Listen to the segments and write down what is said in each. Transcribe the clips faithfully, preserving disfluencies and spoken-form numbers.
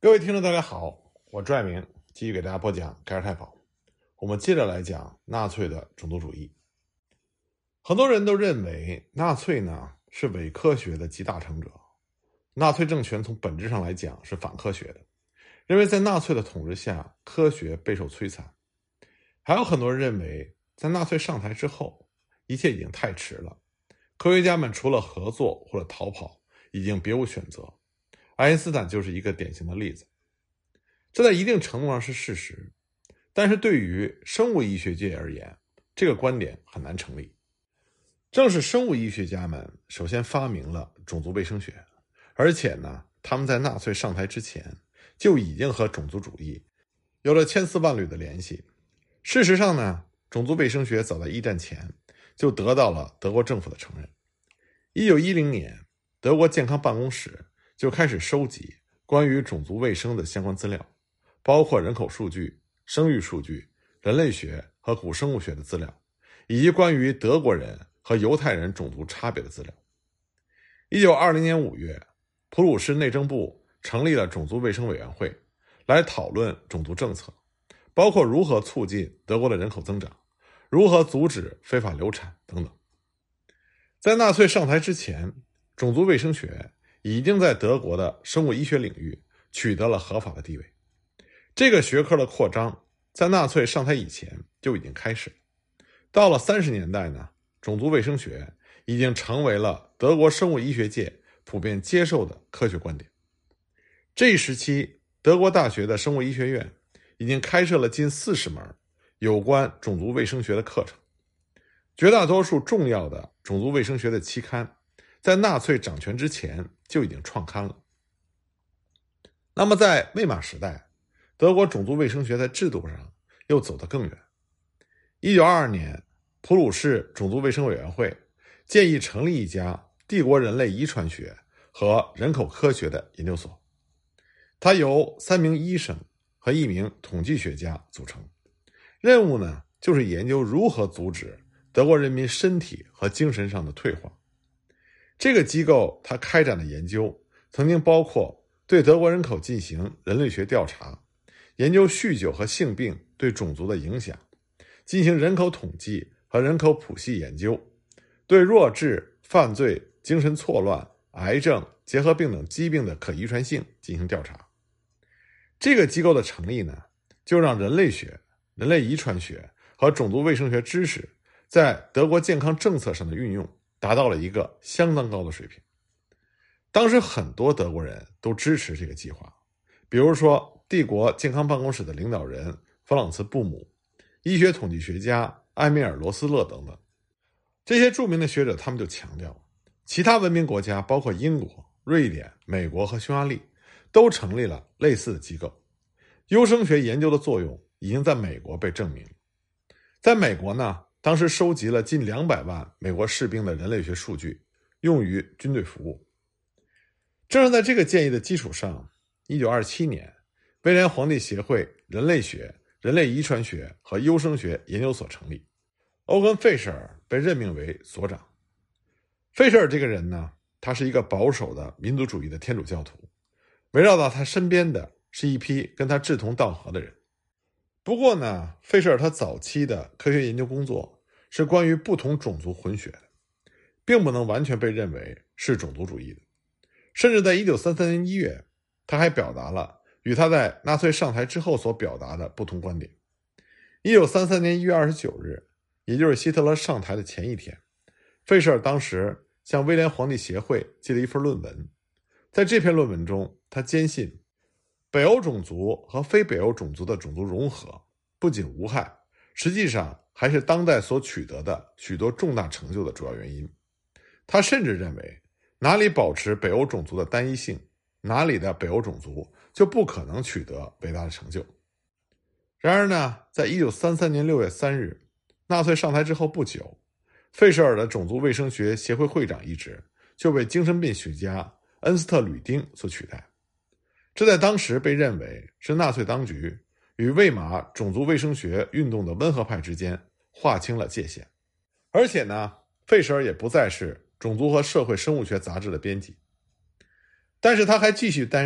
各位听众大家好，我朱爱明继续给大家播讲盖尔太保。我们接着来讲纳粹的种族主义。很多人都认为纳粹呢是伪科学的集大成者，纳粹政权从本质上来讲是反科学的，认为在纳粹的统治下科学备受摧残。还有很多人认为在纳粹上台之后一切已经太迟了，科学家们除了合作或者逃跑已经别无选择。爱因斯坦就是一个典型的例子。这在一定程度上是事实，但是对于生物医学界而言，这个观点很难成立。正是生物医学家们首先发明了种族卫生学，而且呢，他们在纳粹上台之前就已经和种族主义有了千丝万缕的联系。事实上呢，种族卫生学早在一战前就得到了德国政府的承认。一九一零年，德国健康办公室就开始收集关于种族卫生的相关资料，包括人口数据、生育数据、人类学和古生物学的资料，以及关于德国人和犹太人种族差别的资料。一九二零年五月，普鲁士内政部成立了种族卫生委员会，来讨论种族政策，包括如何促进德国的人口增长，如何阻止非法流产等等。在纳粹上台之前，种族卫生学已经在德国的生物医学领域取得了合法的地位。这个学科的扩张在纳粹上台以前就已经开始。到了三十年代呢，种族卫生学已经成为了德国生物医学界普遍接受的科学观点。这一时期，德国大学的生物医学院已经开设了近四十门有关种族卫生学的课程。绝大多数重要的种族卫生学的期刊在纳粹掌权之前就已经创刊了。那么在魏玛时代，德国种族卫生学在制度上又走得更远。一九二二年，普鲁士种族卫生委员会建议成立一家帝国人类遗传学和人口科学的研究所，它由三名医生和一名统计学家组成，任务呢就是研究如何阻止德国人民身体和精神上的退化。这个机构它开展的研究曾经包括对德国人口进行人类学调查，研究酗酒和性病对种族的影响，进行人口统计和人口谱系研究，对弱智、犯罪、精神错乱、癌症、结核病等疾病的可遗传性进行调查。这个机构的成立呢，就让人类学、人类遗传学和种族卫生学知识在德国健康政策上的运用达到了一个相当高的水平。当时很多德国人都支持这个计划，比如说帝国健康办公室的领导人弗朗茨·布姆、医学统计学家埃米尔·罗斯勒等等。这些著名的学者他们就强调，其他文明国家包括英国、瑞典、美国和匈牙利都成立了类似的机构。优生学研究的作用已经在美国被证明。在美国呢，当时收集了近两百万美国士兵的人类学数据，用于军队服务。正是在这个建议的基础上，一九二七年，威廉皇帝协会人类学、人类遗传学和优生学研究所成立，欧根·费舍尔被任命为所长。费舍尔这个人呢，他是一个保守的民族主义的天主教徒，围绕到他身边的是一批跟他志同道合的人。不过呢，费舍尔他早期的科学研究工作是关于不同种族混血的，并不能完全被认为是种族主义的。甚至在一九三三年一月，他还表达了与他在纳粹上台之后所表达的不同观点。一九三三年一月二十九日，也就是希特勒上台的前一天，费舍尔当时向威廉皇帝协会寄了一份论文。在这篇论文中，他坚信北欧种族和非北欧种族的种族融合不仅无害，实际上还是当代所取得的许多重大成就的主要原因。他甚至认为，哪里保持北欧种族的单一性，哪里的北欧种族就不可能取得伟大的成就。然而呢，在一九三三年六月三日，纳粹上台之后不久，费舍尔的种族卫生学协会会长一职就被精神病学家恩斯特·吕丁所取代。这在当时被认为是纳粹当局与魏玛种族卫生学运动的温和派之间划清了界限。而且呢，费舍尔也不再是种族和社会生物学杂志的编辑，但是他还继续担任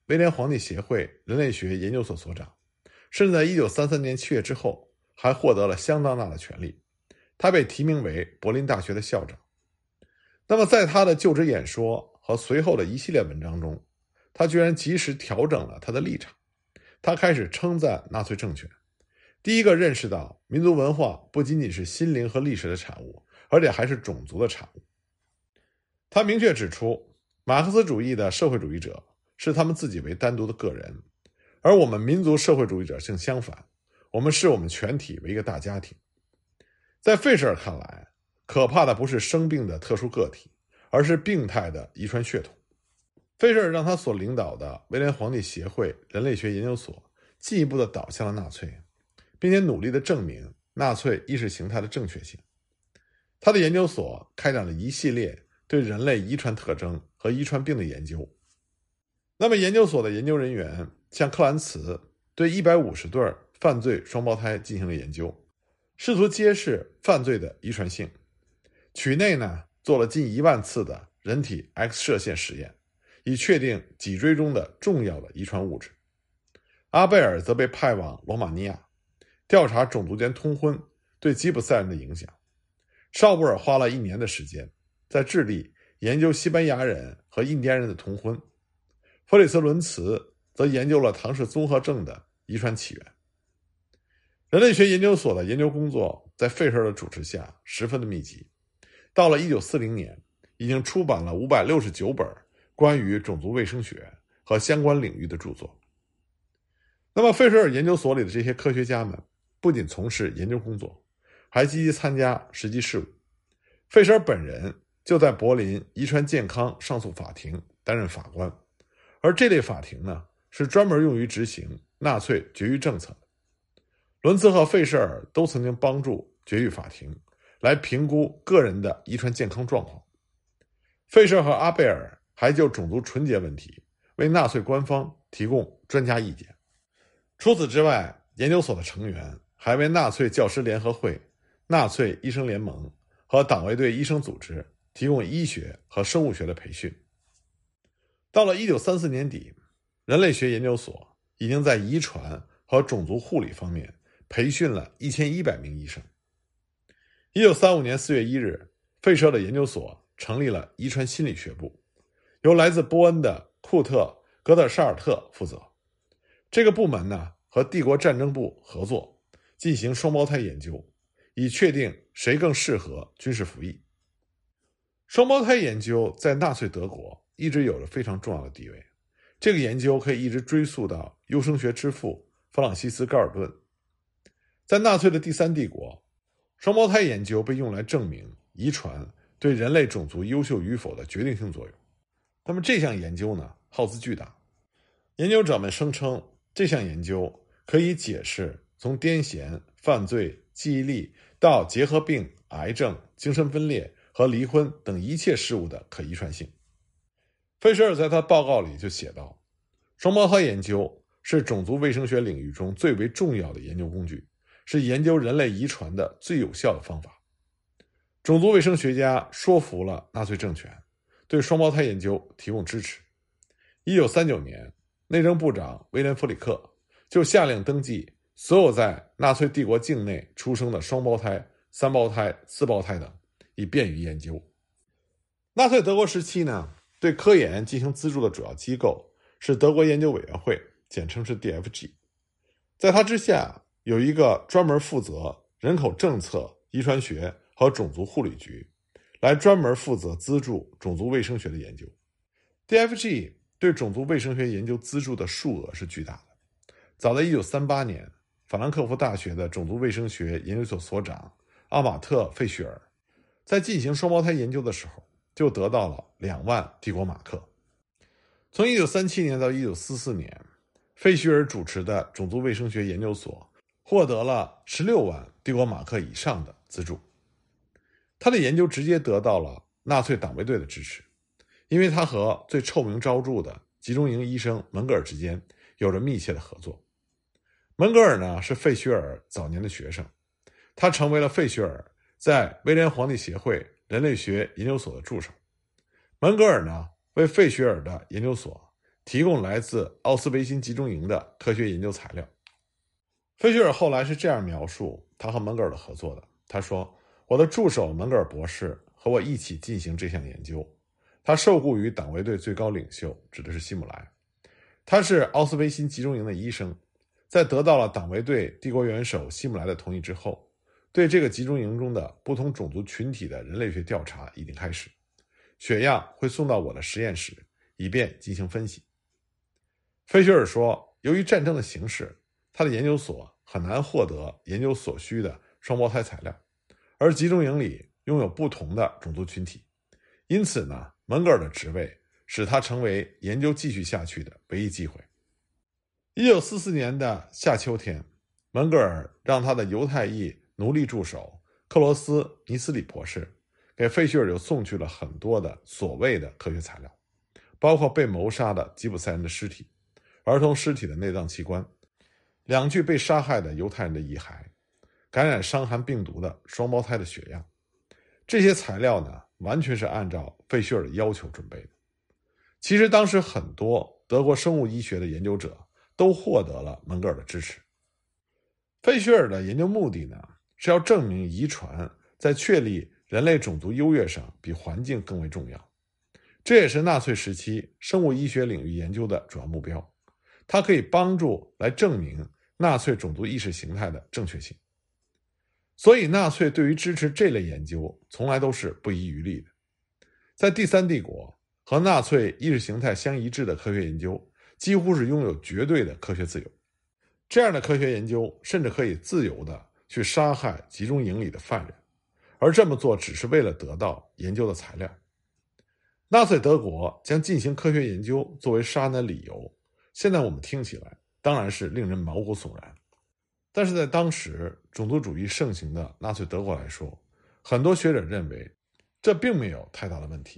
威廉皇帝协会人类学研究所所长，甚至在一九三三年七月之后还获得了相当大的权力，他被提名为柏林大学的校长。那么在他的就职演说和随后的一系列文章中，他居然及时调整了他的立场，他开始称赞纳粹政权，第一个认识到民族文化不仅仅是心灵和历史的产物，而且还是种族的产物。他明确指出，马克思主义的社会主义者视他们自己为单独的个人，而我们民族社会主义者正相反，我们视我们全体为一个大家庭。在费舍尔看来，可怕的不是生病的特殊个体，而是病态的遗传血统。费舍尔让他所领导的威廉皇帝协会人类学研究所进一步地导向了纳粹，并且努力地证明纳粹意识形态的正确性。他的研究所开展了一系列对人类遗传特征和遗传病的研究。那么研究所的研究人员像克兰茨对一百五十对犯罪双胞胎进行了研究，试图揭示犯罪的遗传性。曲内呢做了近一万次的人体 X 射线实验，以确定脊椎中的重要的遗传物质。阿贝尔则被派往罗马尼亚，调查种族间通婚对吉普赛人的影响。绍布尔花了一年的时间，在智利研究西班牙人和印第安人的通婚。弗里茨伦茨则研究了唐氏综合症的遗传起源。人类学研究所的研究工作在费舍尔的主持下十分的密集，到了一九四零年，已经出版了五百六十九本关于种族卫生学和相关领域的著作。那么费舍尔研究所里的这些科学家们不仅从事研究工作，还积极参加实际事务。费舍尔本人就在柏林遗传健康上诉法庭担任法官，而这类法庭呢，是专门用于执行纳粹绝育政策的。伦茨和费舍尔都曾经帮助绝育法庭来评估个人的遗传健康状况。费舍尔和阿贝尔还就种族纯洁问题为纳粹官方提供专家意见。除此之外，研究所的成员还为纳粹教师联合会、纳粹医生联盟和党卫队医生组织提供医学和生物学的培训。到了一九三四年底，人类学研究所已经在遗传和种族护理方面培训了一千一百名医生。一九三五年四月一日，费舍尔的研究所成立了遗传心理学部，由来自波恩的库特·格德沙尔特负责。这个部门呢，和帝国战争部合作，进行双胞胎研究，以确定谁更适合军事服役。双胞胎研究在纳粹德国一直有着非常重要的地位，这个研究可以一直追溯到优生学之父弗朗西斯·高尔顿。在纳粹的第三帝国，双胞胎研究被用来证明遗传对人类种族优秀与否的决定性作用。那么这项研究呢，耗资巨大。研究者们声称，这项研究可以解释从癫痫、犯罪、记忆力到结核病、癌症、精神分裂和离婚等一切事物的可遗传性。费舍尔在他报告里就写道，双胞胎研究是种族卫生学领域中最为重要的研究工具，是研究人类遗传的最有效的方法。种族卫生学家说服了纳粹政权，对双胞胎研究提供支持。一九三九年，内政部长威廉·弗里克就下令登记所有在纳粹帝国境内出生的双胞胎、三胞胎、四胞胎等，以便于研究。纳粹德国时期呢，对科研进行资助的主要机构是德国研究委员会，简称是 D F G。 在它之下有一个专门负责人口政策、遗传学和种族护理局，来专门负责资助种族卫生学的研究。 D F G 对种族卫生学研究资助的数额是巨大的。早在一九三八年，法兰克福大学的种族卫生学研究所所长奥马特·费雪尔在进行双胞胎研究的时候就得到了两万帝国马克。从一九三七年到一九四四年，费雪尔主持的种族卫生学研究所获得了十六万帝国马克以上的资助。他的研究直接得到了纳粹党卫队的支持，因为他和最臭名昭著的集中营医生门格尔之间有着密切的合作。门格尔呢，是费雪尔早年的学生，他成为了费雪尔在威廉皇帝协会人类学研究所的助手。门格尔呢，为费雪尔的研究所提供来自奥斯维辛集中营的科学研究材料。费雪尔后来是这样描述他和门格尔的合作的，他说，我的助手门格尔博士和我一起进行这项研究，他受雇于党卫队最高领袖，指的是希姆莱，他是奥斯维辛集中营的医生，在得到了党卫队帝国元首希姆莱的同意之后，对这个集中营中的不同种族群体的人类学调查已经开始，血样会送到我的实验室，以便进行分析。费雪尔说，由于战争的形势，他的研究所很难获得研究所需的双胞胎材料，而集中营里拥有不同的种族群体，因此呢，门格尔的职位使他成为研究继续下去的唯一机会。一九四四年的夏秋天，门格尔让他的犹太裔奴隶助手克罗斯·尼斯里博士给费雪尔又送去了很多的所谓的科学材料，包括被谋杀的吉普赛人的尸体、儿童尸体的内脏器官、两具被杀害的犹太人的遗骸、感染伤寒病毒的双胞胎的血样。这些材料呢，完全是按照费雪尔的要求准备的。其实当时很多德国生物医学的研究者都获得了门格尔的支持。费雪尔的研究目的呢，是要证明遗传在确立人类种族优越上比环境更为重要，这也是纳粹时期生物医学领域研究的主要目标。它可以帮助来证明纳粹种族意识形态的正确性。所以纳粹对于支持这类研究从来都是不遗余力的。在第三帝国，和纳粹意识形态相一致的科学研究几乎是拥有绝对的科学自由。这样的科学研究甚至可以自由地去杀害集中营里的犯人，而这么做只是为了得到研究的材料。纳粹德国将进行科学研究作为杀人的理由，现在我们听起来当然是令人毛骨悚然，但是在当时种族主义盛行的纳粹德国来说，很多学者认为这并没有太大的问题。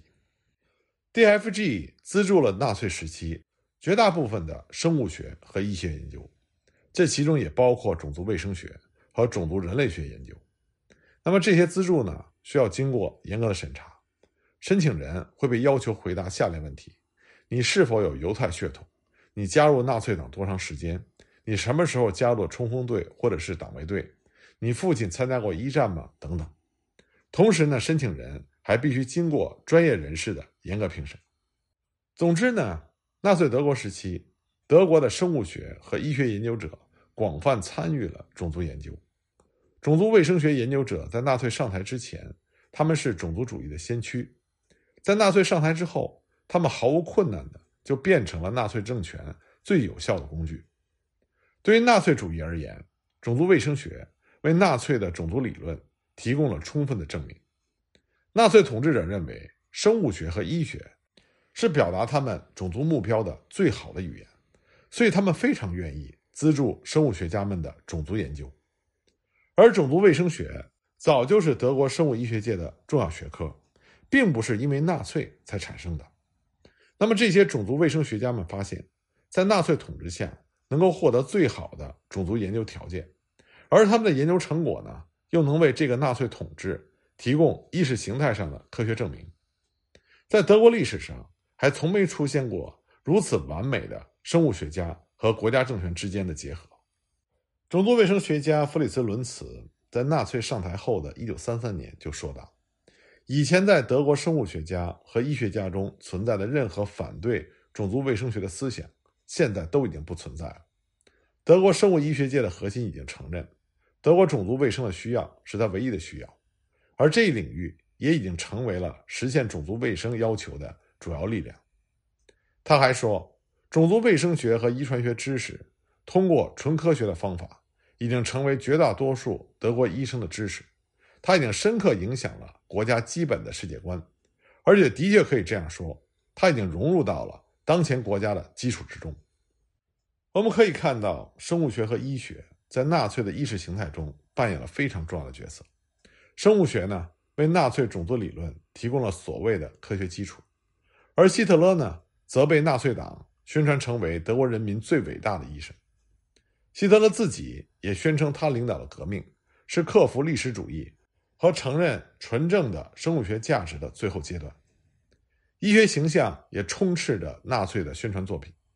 D F G 资助了纳粹时期绝大部分的生物学和医学研究，这其中也包括种族卫生学和种族人类学研究。那么这些资助呢，需要经过严格的审查，申请人会被要求回答下列问题：你是否有犹太血统？你加入纳粹党多长时间？你什么时候加入冲锋队或者是党卫队？你父亲参加过一战吗？等等。同时呢，申请人还必须经过专业人士的严格评审。总之呢，纳粹德国时期，德国的生物学和医学研究者广泛参与了种族研究。种族卫生学研究者在纳粹上台之前，他们是种族主义的先驱；在纳粹上台之后，他们毫无困难的就变成了纳粹政权最有效的工具。对于纳粹主义而言，种族卫生学为纳粹的种族理论提供了充分的证明。纳粹统治者认为生物学和医学是表达他们种族目标的最好的语言，所以他们非常愿意资助生物学家们的种族研究。而种族卫生学早就是德国生物医学界的重要学科，并不是因为纳粹才产生的。那么这些种族卫生学家们发现，在纳粹统治下能够获得最好的种族研究条件，而他们的研究成果呢，又能为这个纳粹统治提供意识形态上的科学证明。在德国历史上还从没出现过如此完美的生物学家和国家政权之间的结合。种族卫生学家弗里茨·伦茨在纳粹上台后的一九三三年就说道，以前在德国生物学家和医学家中存在的任何反对种族卫生学的思想，现在都已经不存在了。德国生物医学界的核心已经承认，德国种族卫生的需要是它唯一的需要，而这一领域也已经成为了实现种族卫生要求的主要力量。他还说，种族卫生学和遗传学知识通过纯科学的方法已经成为绝大多数德国医生的知识，它已经深刻影响了国家基本的世界观，而且的确可以这样说，它已经融入到了当前国家的基础之中。我们可以看到，生物学和医学在纳粹的意识形态中扮演了非常重要的角色。生物学呢，为纳粹种族理论提供了所谓的科学基础，而希特勒呢，则被纳粹党宣传成为德国人民最伟大的医生。希特勒自己也宣称他领导的革命是克服历史主义和承认纯正的生物学价值的最后阶段。医学形象也充斥着纳粹的宣传作品。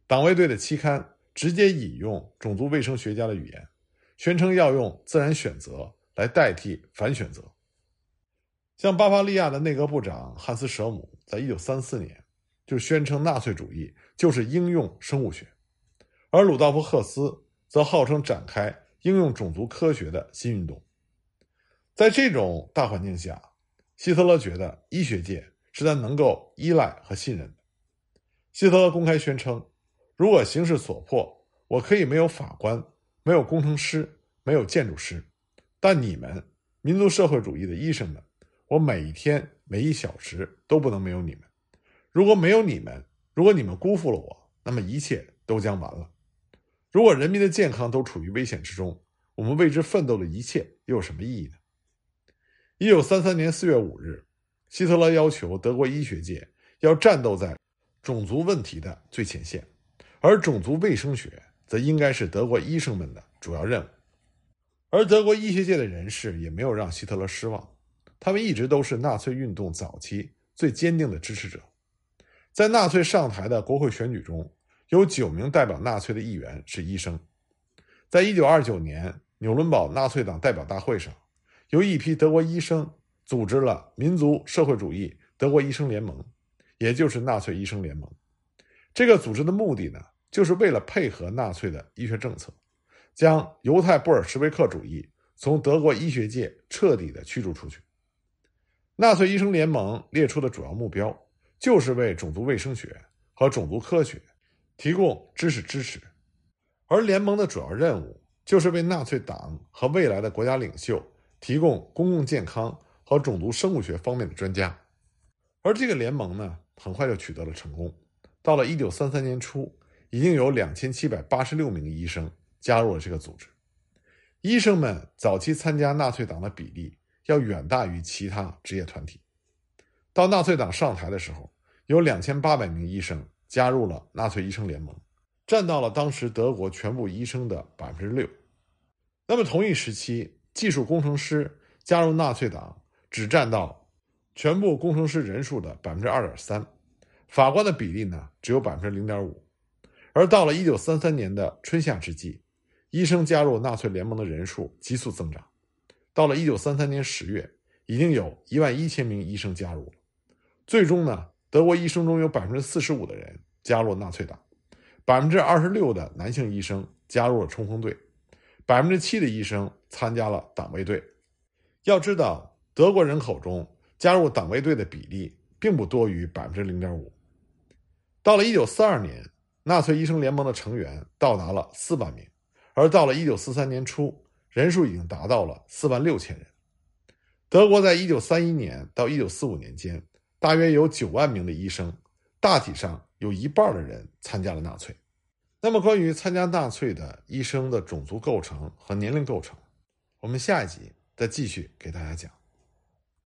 党卫队的期刊直接引用种族卫生学家的语言，宣称要用自然选择来代替反选择。像巴伐利亚的内阁部长汉斯·舍姆在一九三四年就宣称纳粹主义就是应用生物学，而鲁道夫·赫斯则号称展开应用种族科学的新运动。在这种大环境下，希特勒觉得医学界是他能够依赖和信任的。希特勒公开宣称，如果形势所迫，我可以没有法官，没有工程师，没有建筑师，但你们民族社会主义的医生们，我每一天每一小时都不能没有你们。如果没有你们，如果你们辜负了我，那么一切都将完了。如果人民的健康都处于危险之中，我们为之奋斗的一切又有什么意义呢？一九三三年四月五日，希特勒要求德国医学界要战斗在种族问题的最前线，而种族卫生学则应该是德国医生们的主要任务。而德国医学界的人士也没有让希特勒失望，他们一直都是纳粹运动早期最坚定的支持者。在纳粹上台的国会选举中，有九名代表纳粹的议员是医生。在一九二九年纽伦堡纳粹党代表大会上，有一批德国医生组织了民族社会主义德国医生联盟，也就是纳粹医生联盟。这个组织的目的呢，就是为了配合纳粹的医学政策，将犹太布尔什维克主义从德国医学界彻底的驱逐出去。纳粹医生联盟列出的主要目标就是为种族卫生学和种族科学提供知识支持，而联盟的主要任务就是为纳粹党和未来的国家领袖提供公共健康和种族生物学方面的专家。而这个联盟呢，很快就取得了成功。到了一九三三年初，已经有两千七百八十六名医生加入了这个组织。医生们早期参加纳粹党的比例要远大于其他职业团体。到纳粹党上台的时候，有两千八百名医生加入了纳粹医生联盟，占到了当时德国全部医生的 百分之六。 那么同一时期，技术工程师加入纳粹党只占到全部工程师人数的 百分之二点三， 法官的比例呢只有 百分之零点五。 而到了一九三三年的春夏之际，医生加入纳粹联盟的人数急速增长。到了一九三三年十月，已经有一万一千名医生加入了。最终呢，德国医生中有 百分之四十五 的人加入了纳粹党， 百分之二十六 的男性医生加入了冲锋队， 百分之七 的医生参加了党卫队。要知道，德国人口中加入党卫队的比例并不多于 百分之零点五。 到了一九四二年，纳粹医生联盟的成员到达了四万名，而到了一九四三年初，人数已经达到了四万六千人。德国在一九三一年到一九四五年间，大约有九万名的医生，大体上有一半的人参加了纳粹。那么关于参加纳粹的医生的种族构成和年龄构成，我们下一集再继续给大家讲。